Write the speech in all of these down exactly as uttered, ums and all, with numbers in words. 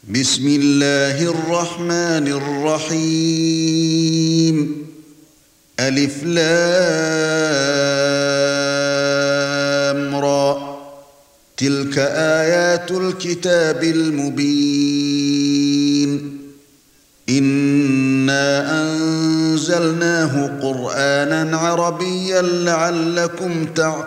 بسم الله الرحمن الرحيم ألف لام را تلك آيات الكتاب المبين إنا أنزلناه قرآنا عربيا لعلكم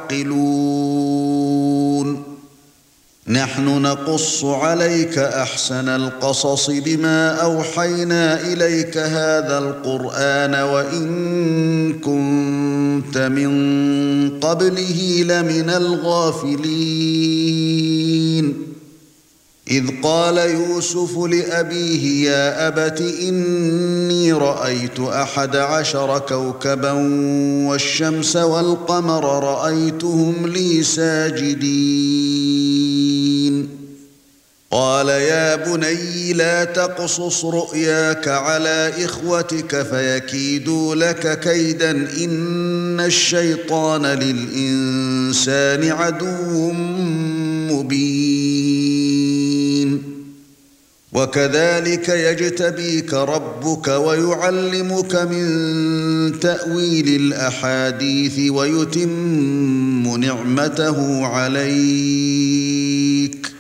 تعقلون نحن نقص عليك أحسن القصص بما أوحينا إليك هذا القرآن وإن كنت من قبله لمن الغافلين إذ قال يوسف لأبيه يا أبت إني رأيت أحد عشر كوكبا والشمس والقمر رأيتهم لي ساجدين قال يا بني لا تقصص رؤياك على إخوتك فيكيدوا لك كيدا إن الشيطان للإنسان عدو مبين وكذلك يجتبيك ربك ويعلمك من تأويل الأحاديث ويتم نعمته عليك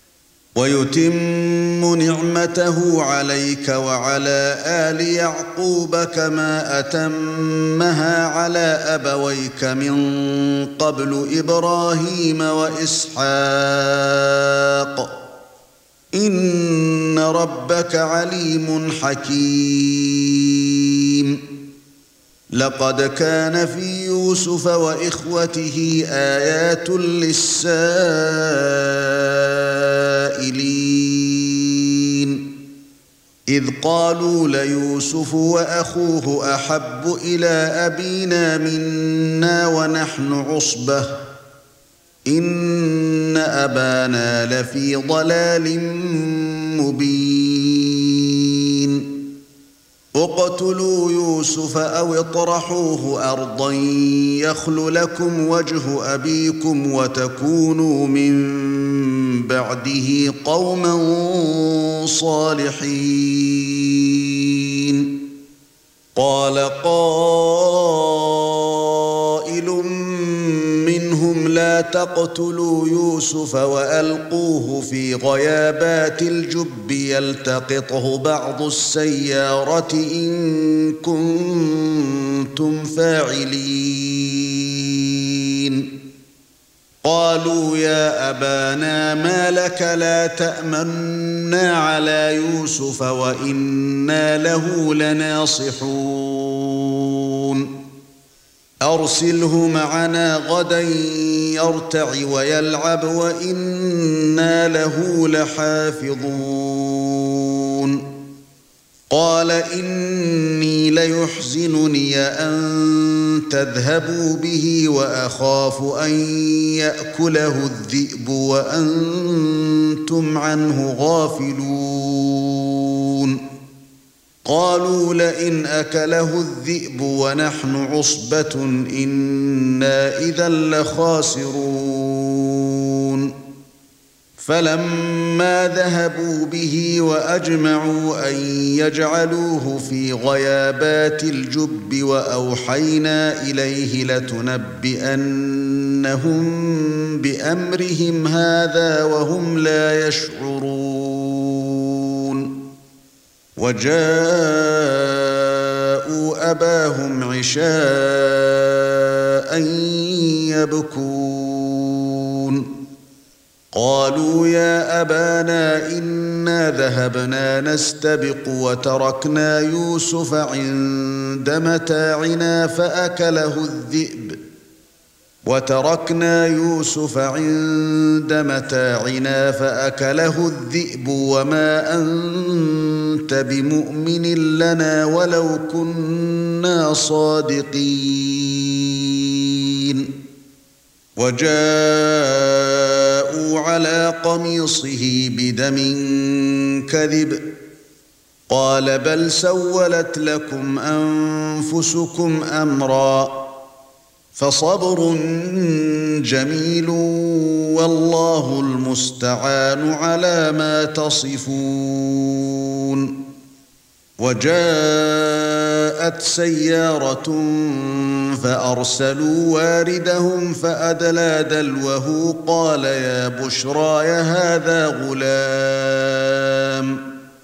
ويتم نعمته عليك وعلى آل يعقوب كما أتمها على أبويك من قبل إبراهيم وإسحاق إن ربك عليم حكيم لقد كان في يوسف وإخوته آيات للسائلين إذ قالوا ليوسف وأخوه أحب إلى أبينا منا ونحن عصبة إن أبانا لفي ضلال مبين اقتلوا يوسف أو اطرحوه أرضا يخل لكم وجه أبيكم وتكونوا من بعده قوما صالحين قال قائل منهم لا تقتلوا يوسف وألقوه في غيابات الجب يلتقطه بعض السيارة إن كنتم فاعلين قالوا يا أبانا ما لك لا تأمنا على يوسف وإنا له لناصحون أرسله معنا غدا يرتع ويلعب وإنا له لحافظون قال إني ليحزنني أن تذهبوا به وأخاف أن يأكله الذئب وأنتم عنه غافلون قالوا لئن أكله الذئب ونحن عصبة إنا إذا لخاسرون فلما ذهبوا به وأجمعوا أن يجعلوه في غيابات الجب وأوحينا إليه لتنبئنهم بأمرهم هذا وهم لا يشعرون وجاءوا أباهم عشاء يبكون قالوا يا أبانا إنا ذهبنا نستبق وتركنا يوسف عند متاعنا فأكله الذئب وتركنا يوسف عند متاعنا فأكله الذئب وما أنت بمؤمن لنا ولو كنا صادقين وجاءوا على قميصه بدم كذب قال بل سولت لكم أنفسكم أمرا فصبر جميل والله المستعان على ما تصفون. وجاءت سيارة فأرسلوا واردهم فأدلى دلوه قال يا بشراي هذا غلام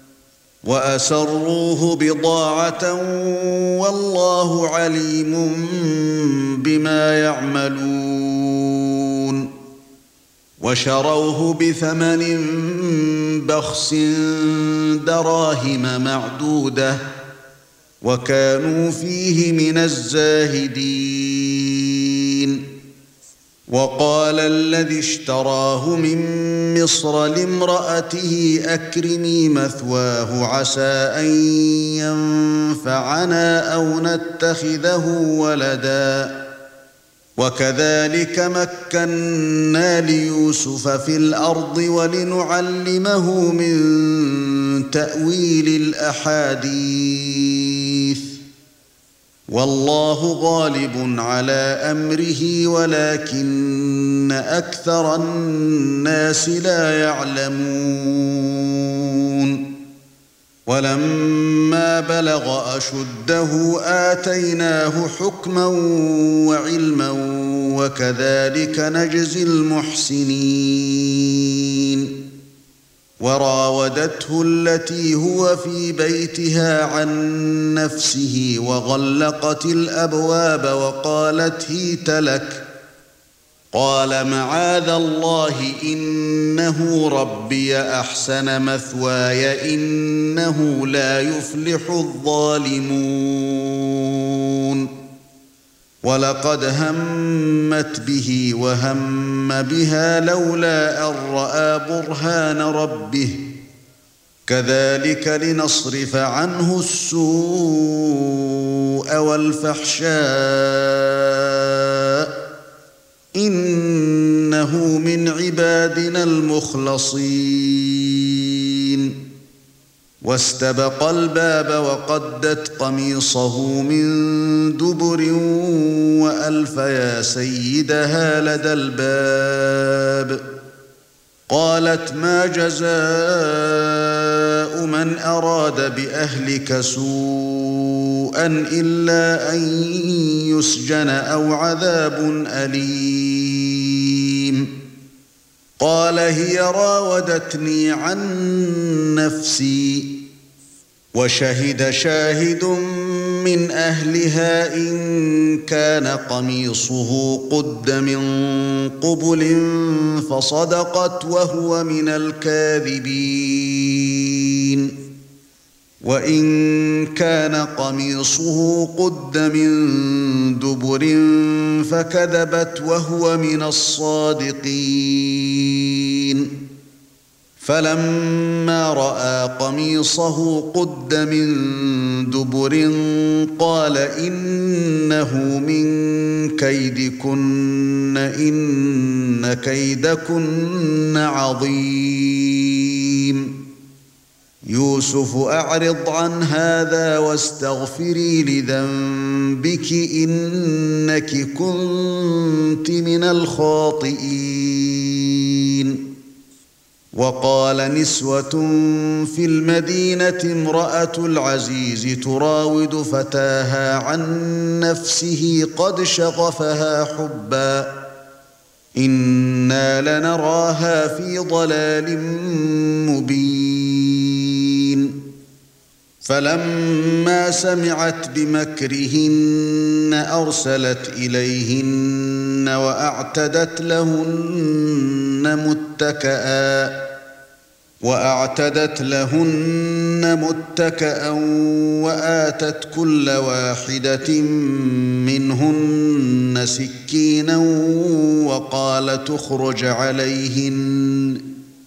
وأسروه بضاعة والله عليم بما يعملون. وشروه بثمن بخس دراهم معدودة وكانوا فيه من الزاهدين. وقال الذي اشتراه من مصر لامرأته أكرمي مثواه عسى أن ينفعنا أو نتخذه ولدا وكذلك مكنا ليوسف في الأرض ولنعلمه من تأويل الأحاديث والله غالب على أمره ولكن أكثر الناس لا يعلمون. ولما بلغ أشده آتيناه حكما وعلما وكذلك نجزي المحسنين. وراودته التي هو في بيتها عن نفسه وغلقت الأبواب وقالت هيت لك قال معاذ الله إنه ربي أحسن مثواي إنه لا يفلح الظالمون. ولقد همت به وهم بها لولا أن رأى برهان ربه كذلك لنصرف عنه السوء والفحشاء إنه من عبادنا المخلصين. واستبق الباب وقدت قميصه من دبر وألف يا سيدها لدى الباب قالت ما جزاء من أراد بأهلك سوءا إلا أن يسجن أو عذاب أليم. قال هي راودتني عن نفسي وشهد شاهد من أهلها إن كان قميصه قد من قبل فصدقت وهو من الكاذبين وإن كان قميصه قد من دبر فكذبت وهو من الصادقين. فلما رأى قميصه قد من دبر قال إنه من كيدكن إن كيدكن عظيم. يوسف أعرض عن هذا واستغفري لذنبك إنك كنت من الخاطئين. وقال نسوة في المدينة امرأة العزيز تراود فتاها عن نفسه قد شغفها حبا إنا لنراها في ضلال مبين. فلما سمعت بمكرهن أرسلت إليهن وأعتدت لهن متكئا وأعتدت لهن متكئا وآتت كل واحدة منهن سكينا وقالت اخرج عليهن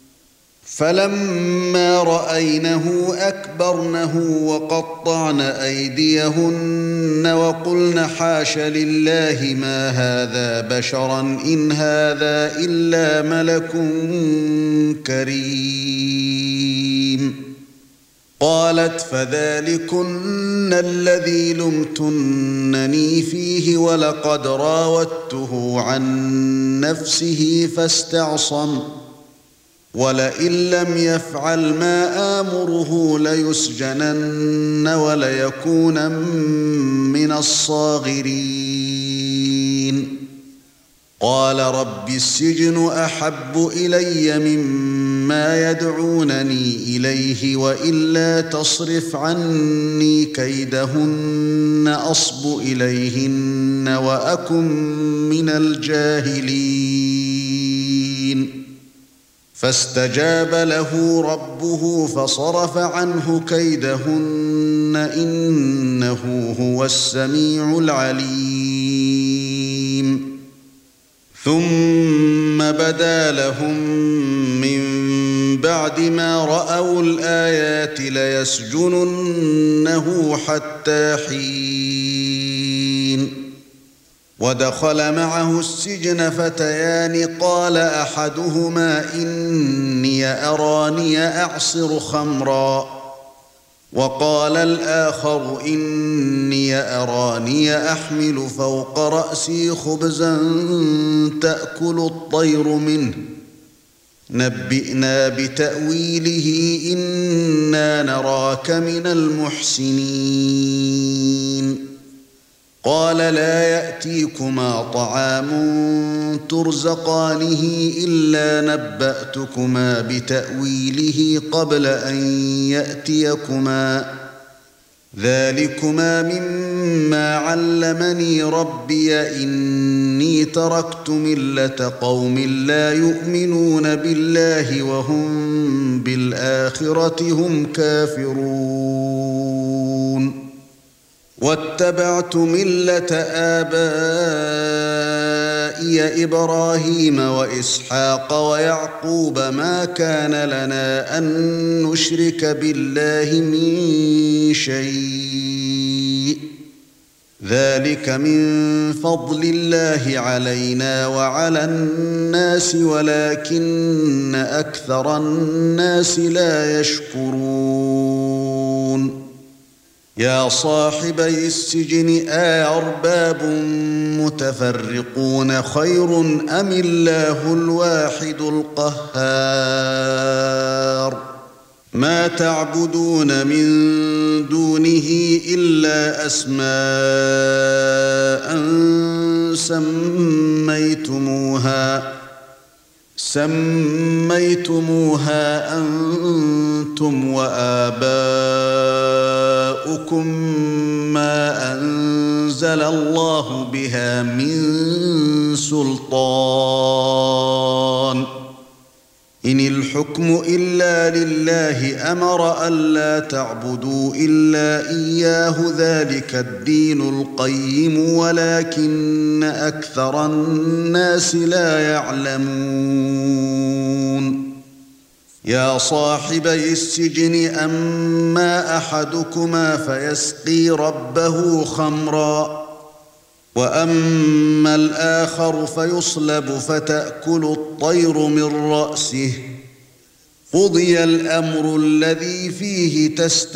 فلما رأينه أكبرنه وقطعن أيديهن وقلن حاش لله ما هذا بشرا إن هذا إلا ملك كريم. قالت فذلكن الذي لمتنني فيه ولقد راودته عن نفسه فاستعصم ولئن لم يفعل ما آمره ليسجنن وليكونن من الصاغرين قال رب السجن أحب إلي مما يدعونني إليه وإلا تصرف عني كيدهن أصب إليهن وأكن من الجاهلين فاستجاب له ربه فصرف عنه كيدهن إنه هو السميع العليم ثم بدا لهم من بعد ما رأوا الآيات ليسجننه حتى حين ودخل معه السجن فتيان قال أحدهما إني أراني أعصر خمرا وقال الآخر إني أراني أحمل فوق رأسي خبزا تأكل الطير منه نبئنا بتأويله إنا نراك من المحسنين قال لا يأتيكما طعام ترزقانه إلا نبأتكما بتأويله قبل أن يأتيكما ذلكما مما علمني ربي إني تركت ملة قوم لا يؤمنون بالله وهم بالآخرة هم كافرون واتبعت ملة آبائي إبراهيم وإسحاق ويعقوب ما كان لنا أن نشرك بالله من شيء ذلك من فضل الله علينا وعلى الناس ولكن أكثر الناس لا يشكرون يا صاحبي السجن أأرباب متفرقون خير أم الله الواحد القهار ما تعبدون من دونه إلا أسماء سميتموها سميتموها أنتم وآباؤكم ما أنزل الله بها من سلطان إن الحكم إلا لله أمر ألا تعبدوا إلا إياه ذلك الدين القيم ولكن أكثر الناس لا يعلمون يا صاحبي السجن أما أحدكما فيسقي ربه خمرا وأما الآخر فيصلب فتأكل الطير من رأسه قضي الأمر الذي فيه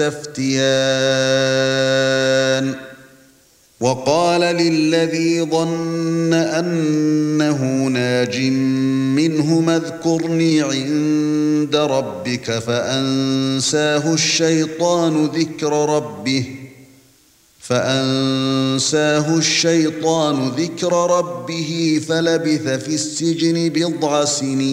تستفتيان وقال للذي ظن أنه ناج منهما اذكرني عند ربك فأنساه الشيطان ذكر ربه فأنساه الشيطان ذكر ربه فلبث في السجن بضع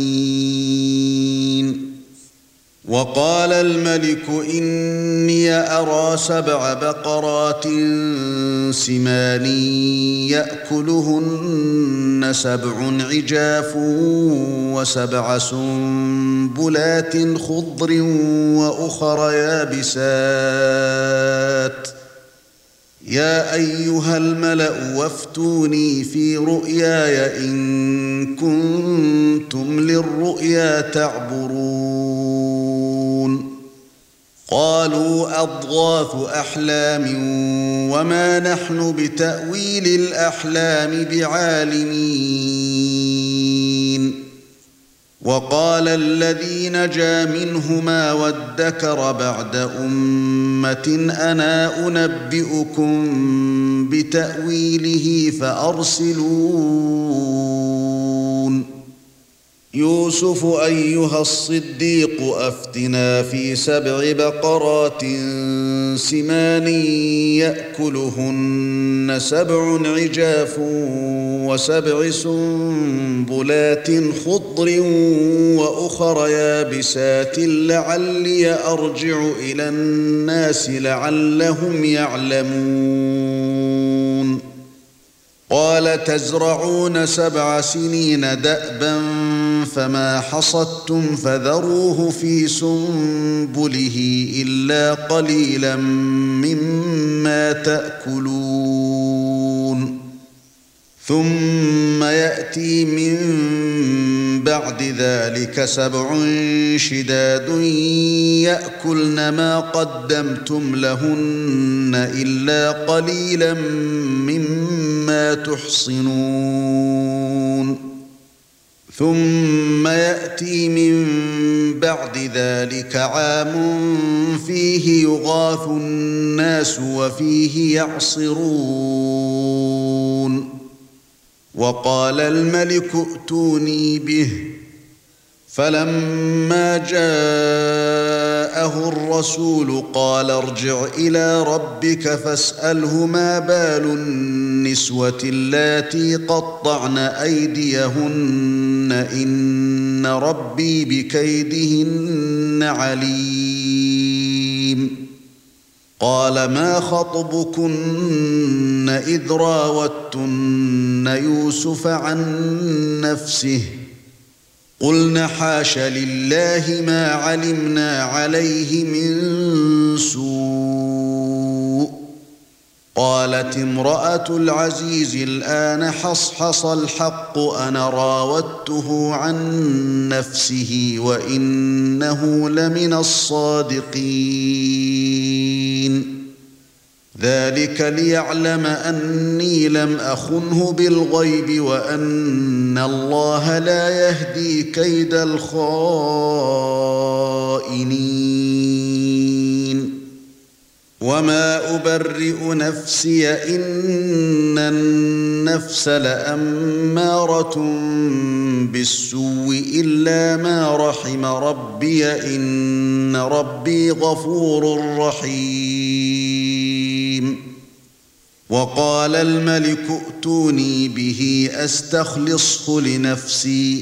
سنين وقال الملك إني أرى سبع بقرات سمان يأكلهن سبع عجاف وسبع سنبلات خضر وأخر يابسات يا أيها الملأ وافتوني في رؤياي إن كنتم للرؤيا تعبرون قالوا أضغاث أحلام وما نحن بتأويل الأحلام بعالمين وقال الذي نجا منهما وادكر بعد أمة أنا أنبئكم بتأويله فأرسلون يوسف أيها الصديق أفتنا في سبع بقرات سمان يأكلهن سبع عجاف وسبع سنبلات خضر وأخر يابسات لعلي أرجع إلى الناس لعلهم يعلمون قال تزرعون سبع سنين دأبا فما حصدتم فذروه في سنبله إلا قليلا مما تأكلون ثم يأتي من بعد ذلك سبع شداد يأكلن ما قدمتم لهن إلا قليلا مما تحصنون ثم يأتي من بعد ذلك عام فيه يغاث الناس وفيه يعصرون وقال الملك ائتوني به فلما جاءه الرسول قال ارجع إلى ربك فاسأله ما بال النسوة اللاتي قطعن أيديهن إن ربي بكيدهن عليم قال ما خطبكن إذ راوتن يوسف عن نفسه قلن حاش لله ما علمنا عليه من سوء قالت امرأة العزيز الآن حصحص الحق أنا راودته عن نفسه وإنه لمن الصادقين ذلك ليعلم أني لم أخنه بالغيب وأن الله لا يهدي كيد الخائنين وما أبرئ نفسي إن النفس لأمارة بالسوء إلا ما رحم ربي إن ربي غفور رحيم وقال الملك ائتوني به أستخلصه لنفسي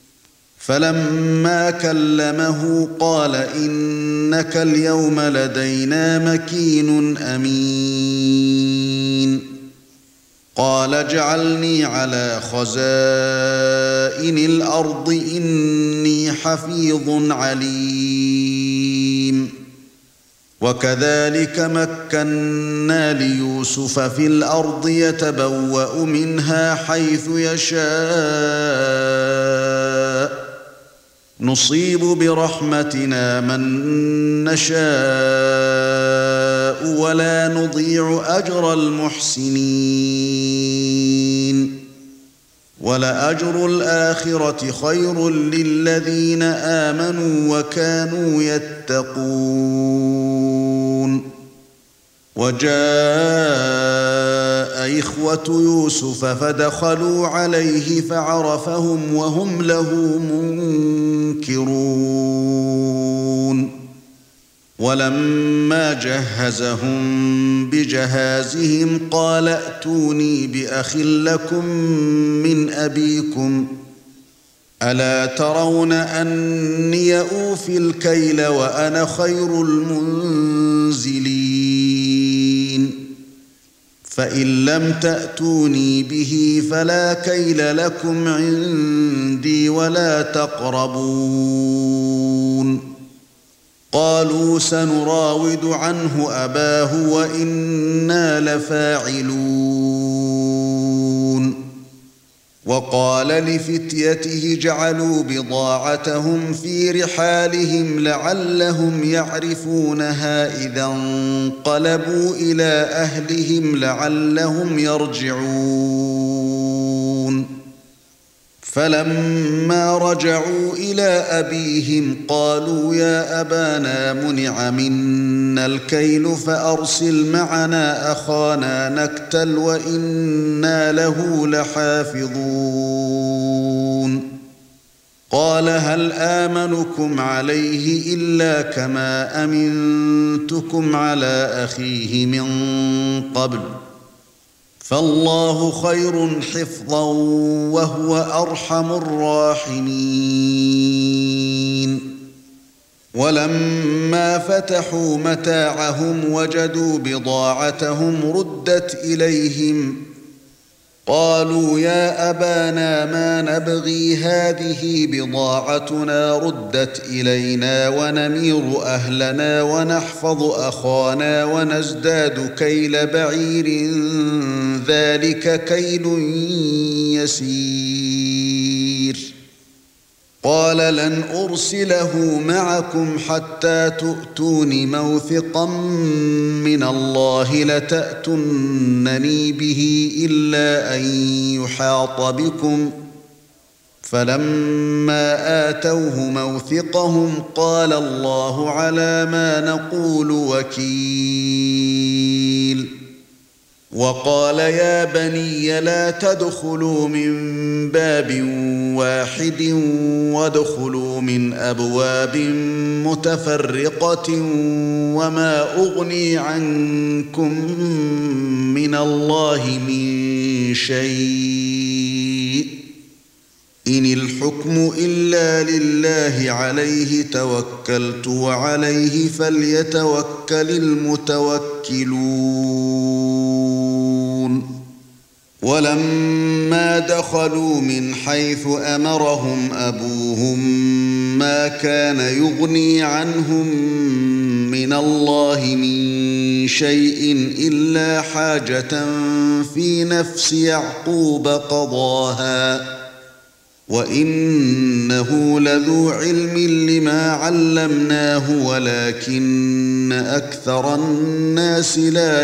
فلما كلمه قال إنك اليوم لدينا مكين أمين قال اجعلني على خزائن الأرض إني حفيظ عليم وكذلك مكنا ليوسف في الأرض يتبوأ منها حيث يشاء نصيب برحمتنا من نشاء ولا نضيع أجر المحسنين ولأجر الآخرة خير للذين آمنوا وكانوا يتقون وجاء إخوة يوسف فدخلوا عليه فعرفهم وهم له منكرون ولما جهزهم بجهازهم قال ائتوني بأخ لكم من أبيكم ألا ترون أني أوفي الكيل وأنا خير المنزلين فإن لم تأتوني به فلا كيل لكم عندي ولا تقربون قالوا سنراود عنه أباه وإنا لفاعلون وقال لفتيته جعلوا بضاعتهم في رحالهم لعلهم يعرفونها إذا انقلبوا إلى أهلهم لعلهم يرجعون فَلَمَّا رَجَعُوا إِلَى أَبِيهِمْ قَالُوا يَا أَبَانَا مُنِعَ مِنَّا الْكَيْلُ فَأَرْسِلْ مَعَنَا أَخَانَا نَكْتَلْ وَإِنَّا لَهُ لَحَافِظُونَ قَالَ هَلْ آمَنُكُمْ عَلَيْهِ إِلَّا كَمَا أَمِنْتُكُمْ عَلَى أَخِيهِ مِنْ قَبْلُ فَاللَّهُ خَيْرٌ حِفْظًا وَهُوَ أَرْحَمُ الرَّاحِمِينَ وَلَمَّا فَتَحُوا مَتَاعَهُمْ وَجَدُوا بِضَاعَتَهُمْ رُدَّتْ إِلَيْهِمْ قَالُوا يَا أَبَانَا مَا نَبْغِي هَذِهِ بِضَاعَتُنَا رُدَّتْ إِلَيْنَا وَنَمِيرُ أَهْلَنَا وَنَحْفَظُ أَخَانَا وَنَزْدَادُ كَيْلَ بَعِيرٍ ذَلِكَ كَيْلٌ يَسِيرٌ قَالَ لَنْ أُرْسِلَهُ مَعَكُمْ حَتَّى تُؤْتُونِ مَوْثِقًا مِّنَ اللَّهِ لَتَأْتُنَّنِي بِهِ إِلَّا أَن يُحَاطَ بِكُمْ فَلَمَّا آتَوْهُ مَوْثِقَهُمْ قَالَ اللَّهُ عَلَى مَا نَقُولُ وَكِيلٌ وَقَالَ يَا بَنِيَّ لَا تَدْخُلُوا مِنْ بَابٍ وَاحِدٍ وَادْخُلُوا مِنْ أَبْوَابٍ مُتَفَرِّقَةٍ وَمَا أُغْنِي عَنْكُمْ مِنَ اللَّهِ مِنْ شَيْءٍ إِنِ الْحُكْمُ إِلَّا لِلَّهِ عَلَيْهِ تَوَكَّلْتُ وَعَلَيْهِ فَلْيَتَوَكَّلِ الْمُتَوَكِّلُونَ وَلَمَّا دَخَلُوا مِنْ حَيْثُ أَمَرَهُمْ أَبُوهُمْ مَا كَانَ يُغْنِي عَنْهُمْ مِنَ اللَّهِ مِنْ شَيْءٍ إِلَّا حَاجَةً فِي نَفْسِ يَعْقُوبَ قَضَاهَا وَإِنَّهُ لَذُو عِلْمٍ لِمَا عَلَّمْنَاهُ وَلَكِنَّ أَكْثَرَ النَّاسِ لَا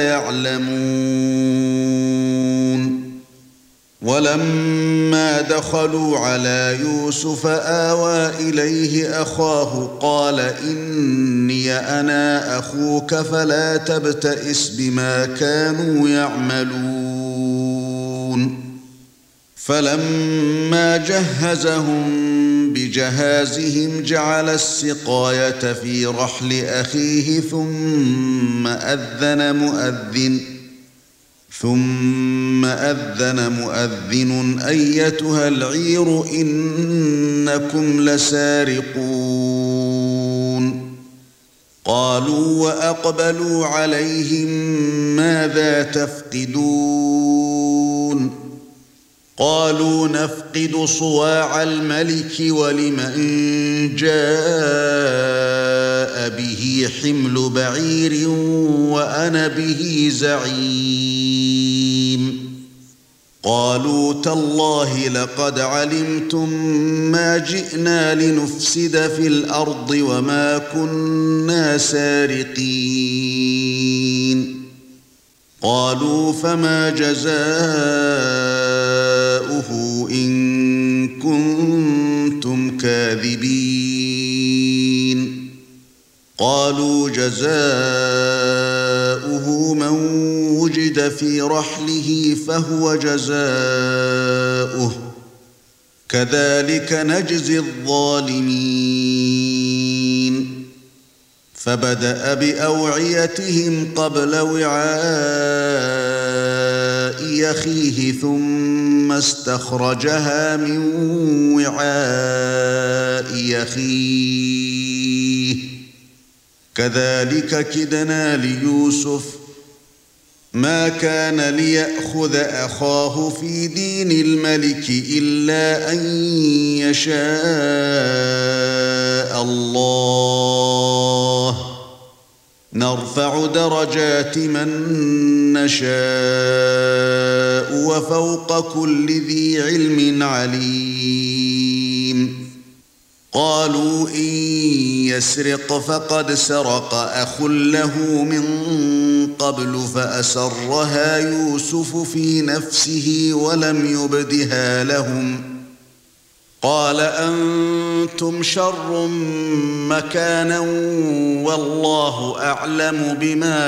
يَعْلَمُونَ وَلَمَّا دَخَلُوا عَلَى يُوسُفَ آوَى إِلَيْهِ أَخَاهُ قَالَ إِنِّي أَنَا أَخُوكَ فَلَا تَبْتَئِسْ بِمَا كَانُوا يَعْمَلُونَ فَلَمَّا جَهَّزَهُم بِجَهَازِهِمْ جَعَلَ السِّقَايَةَ فِي رَحْلِ أَخِيهِ ثُمَّ أَذَّنَ مُؤَذِّنٌ ثُمَّ أَذَّنَ مُؤَذِّنٌ أَيَّتُهَا الْعِيرُ إِنَّكُمْ لَسَارِقُونَ قَالُوا وَأَقْبَلُوا عَلَيْهِمْ مَاذَا تَفْقِدُونَ قالوا نفقد صواع الملك ولمن جاء به حمل بعير وأنا به زعيم قالوا تالله لقد علمتم ما جئنا لنفسد في الأرض وما كنا سارقين قالوا فما جزاؤه إن كنتم كاذبين قالوا جزاؤه من وجد في رحله فهو جزاؤه كذلك نجزي الظالمين فبدأ بأوعيتهم قبل وعاء أخيه ثم استخرجها من وعاء أخيه كذلك كدنا ليوسف ما كان ليأخذ أخاه في دين الملك إلا أن يشاء الله نرفع درجات من نشاء وفوق كل ذي علم عليم قالوا إن يسرق فقد سرق أخ له من قبل فأسرها يوسف في نفسه ولم يبدها لهم قال أنتم شر مكانا والله أعلم بما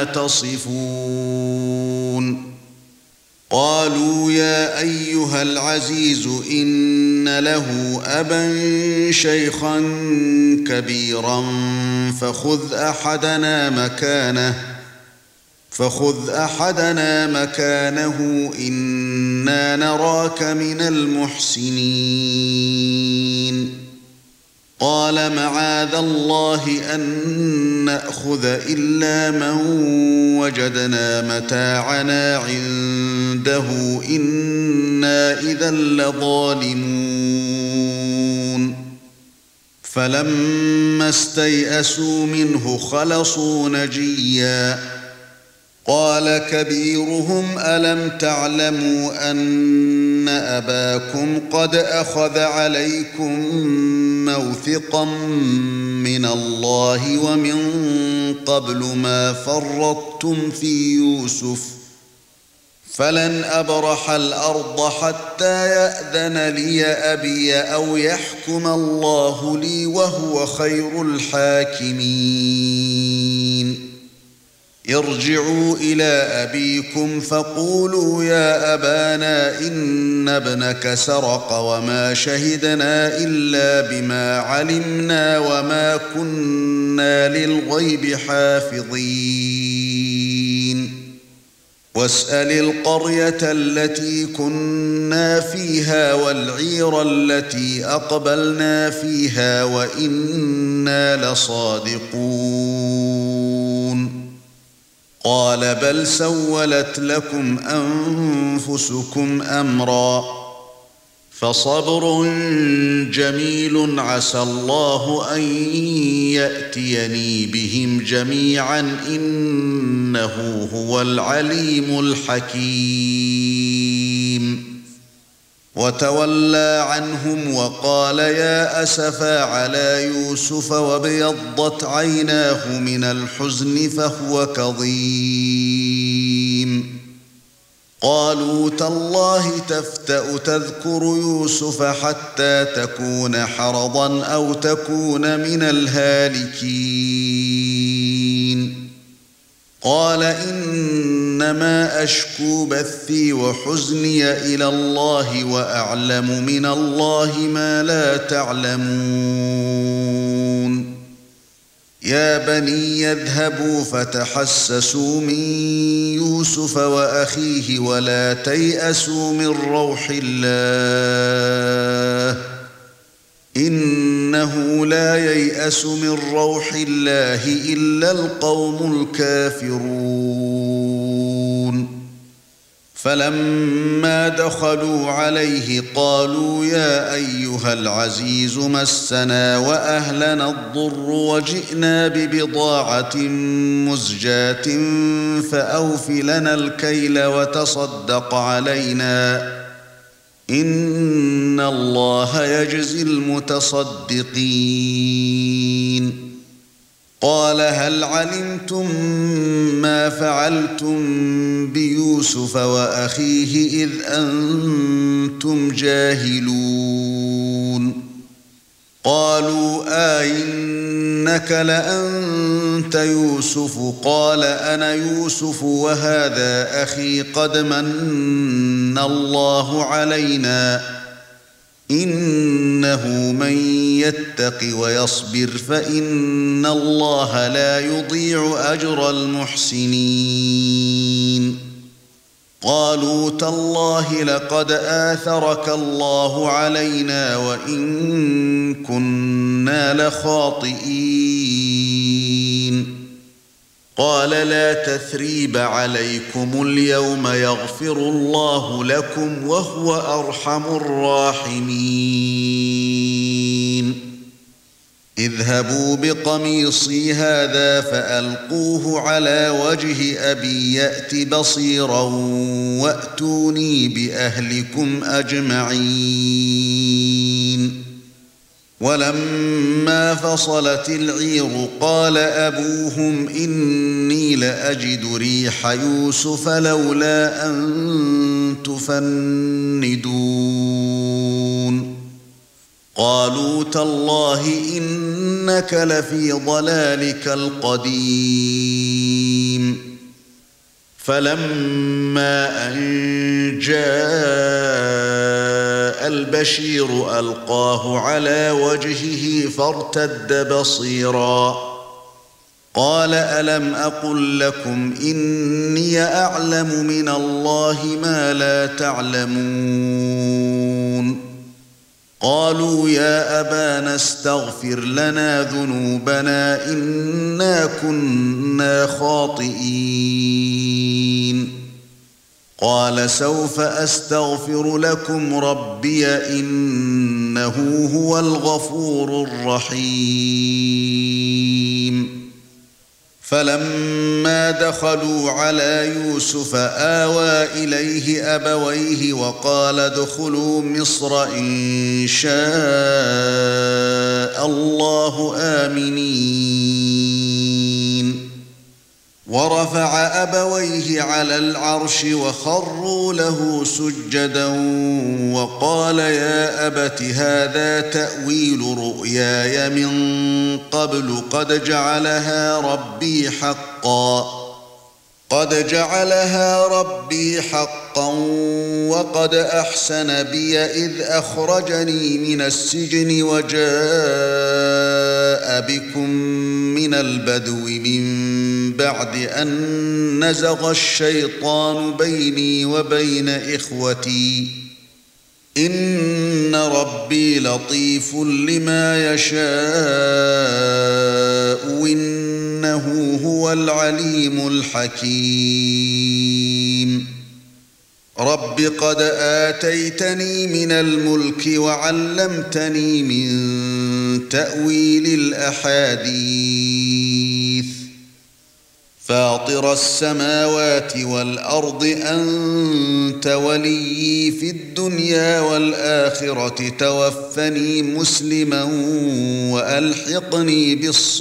تصفون قالوا يا أيها العزيز إن له أبا شيخا كبيرا فخذ أحدنا مكانه فخذ أحدنا مكانه إنا نراك من المحسنين قال معاذ الله أن نأخذ إلا من وجدنا متاعنا عنده إنا إذا لظالمون فلما استيئسوا منه خلصوا نجيا قال كبيرهم ألم تعلموا أن أباكم قد أخذ عليكم موثقا من الله ومن قبل ما فرطتم في يوسف فلن أبرح الأرض حتى يأذن لي أبي أو يحكم الله لي وهو خير الحاكمين ارجعوا إلى أبيكم فقولوا يا أبانا إن ابنك سرق وما شهدنا إلا بما علمنا وما كنا للغيب حافظين واسأل القرية التي كنا فيها والعير التي أقبلنا فيها وإنا لصادقون قال بل سولت لكم أنفسكم أمرا فصبر جميل عسى الله أن يأتيني بهم جميعا إنه هو العليم الحكيم وتولى عنهم وقال يا أسفا على يوسف وابيضت عيناه من الحزن فهو كظيم قالوا تالله تفتأ تذكر يوسف حتى تكون حرضا أو تكون من الهالكين قال إنما أشكو بثي وحزني إلى الله وأعلم من الله ما لا تعلمون يا بني يذهبوا فتحسسوا من يوسف وأخيه ولا تيأسوا من روح الله إنه لا ييأس من روح الله إلا القوم الكافرون فلما دخلوا عليه قالوا يا أيها العزيز مسنا وأهلنا الضر وجئنا ببضاعة مزجاة فأوف لنا الكيل وتصدق علينا إن الله يجزي المتصدقين قال هل علمتم ما فعلتم بيوسف وأخيه إذ أنتم جاهلون قالوا آئنك لأنت يوسف قال أنا يوسف وهذا أخي قد من الله علينا إنه من يتق ويصبر فإن الله لا يضيع أجر المحسنين قالوا تالله لقد آثرك الله علينا وإن كنا لخاطئين قال لا تثريب عليكم اليوم يغفر الله لكم وهو أرحم الراحمين اذهبوا بقميصي هذا فألقوه على وجه أبي يأت بصيرا وأتوني بأهلكم أجمعين ولما فصلت العير قال أبوهم إني لأجد ريح يوسف لولا أن تفندون قالوا تالله إنك لفي ضلالك القديم فلما أن جاء البشير ألقاه على وجهه فارتد بصيرا قال ألم أقل لكم إني أعلم من الله ما لا تعلمون قالوا يا أبانا استغفر لنا ذنوبنا إنا كنا خاطئين قال سوف أستغفر لكم ربي إنه هو الغفور الرحيم فلما دخلوا على يوسف آوى إليه أبويه وقال ادخلوا مصر إن شاء الله آمنين ورفع أبويه على العرش وخروا له سجدا وقال يا أبت هذا تأويل رؤياي من قبل قد جعلها ربي حقا قد جعلها ربي حقا وقد أحسن بي إذ أخرجني من السجن وجاء بكم من البدو من بعد أن نزغ الشيطان بيني وبين إخوتي إن ربي لطيف لما يشاء إنه هو العليم الحكيم رب قد آتيتني من الملك وعلمتني من تأويل الأحاديث فاطر السماوات والأرض أنت وليي في الدنيا والآخرة توفني مسلما وألحقني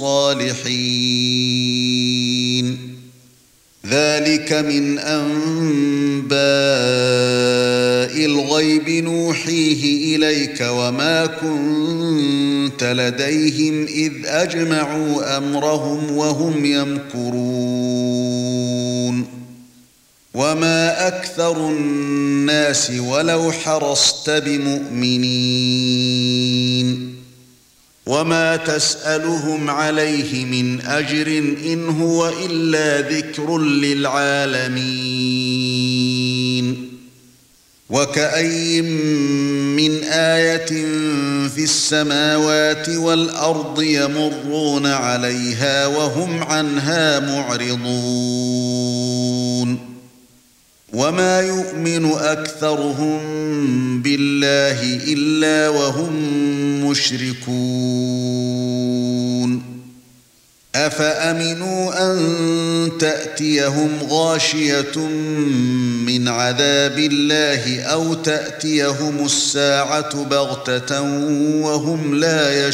بالصالحين ذلك من أنباء الغيب نوحيه إليك وما كنت لديهم إذ أجمعوا أمرهم وهم يمكرون وما أكثر الناس ولو حرصت بمؤمنين وما تسألهم عليه من أجر إن هو إلا ذكر للعالمين وكأي من آية في السماوات والأرض يمرون عليها وهم عنها معرضون وما يؤمن أكثرهم بالله إلا وهم مشركون أفأمنوا أن تأتيهم غاشية من عذاب الله أو تأتيهم الساعة بغتة وهم لا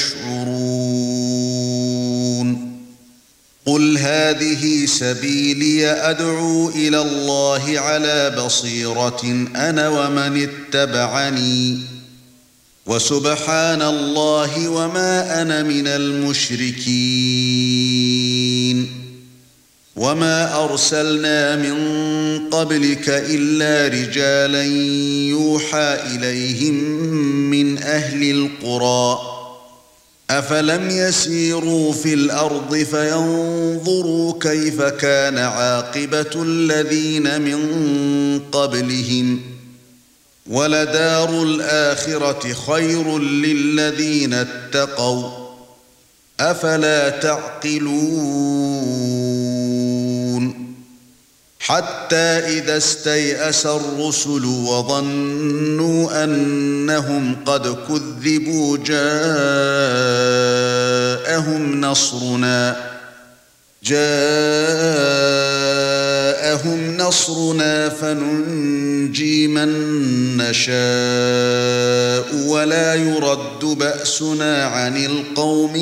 يشعرون قل هذه سبيلي أدعو إلى الله على بصيرة أنا ومن اتبعني وسبحان الله وما أنا من المشركين وما أرسلنا من قبلك إلا رجالا يوحى إليهم من أهل القرى أفلم يسيروا في الأرض فينظروا كيف كان عاقبة الذين من قبلهم ولدار الآخرة خير للذين اتقوا أفلا تعقلون حتى إذا استيأس الرسل وظنوا أنهم قد كذبوا جاءهم نصرنا جاءهم نصرنا فننجي من نشاء ولا يرد بأسنا عن القوم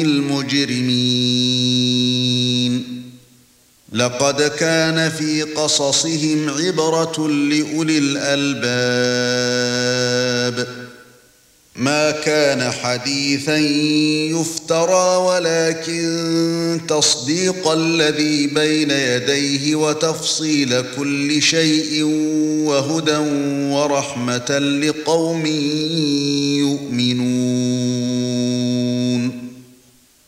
المجرمين لقد كان في قصصهم عبرة لأولي الألباب ما كان حديثا يفترى ولكن تصديق الذي بين يديه وتفصيل كل شيء وهدى ورحمة لقوم يؤمنون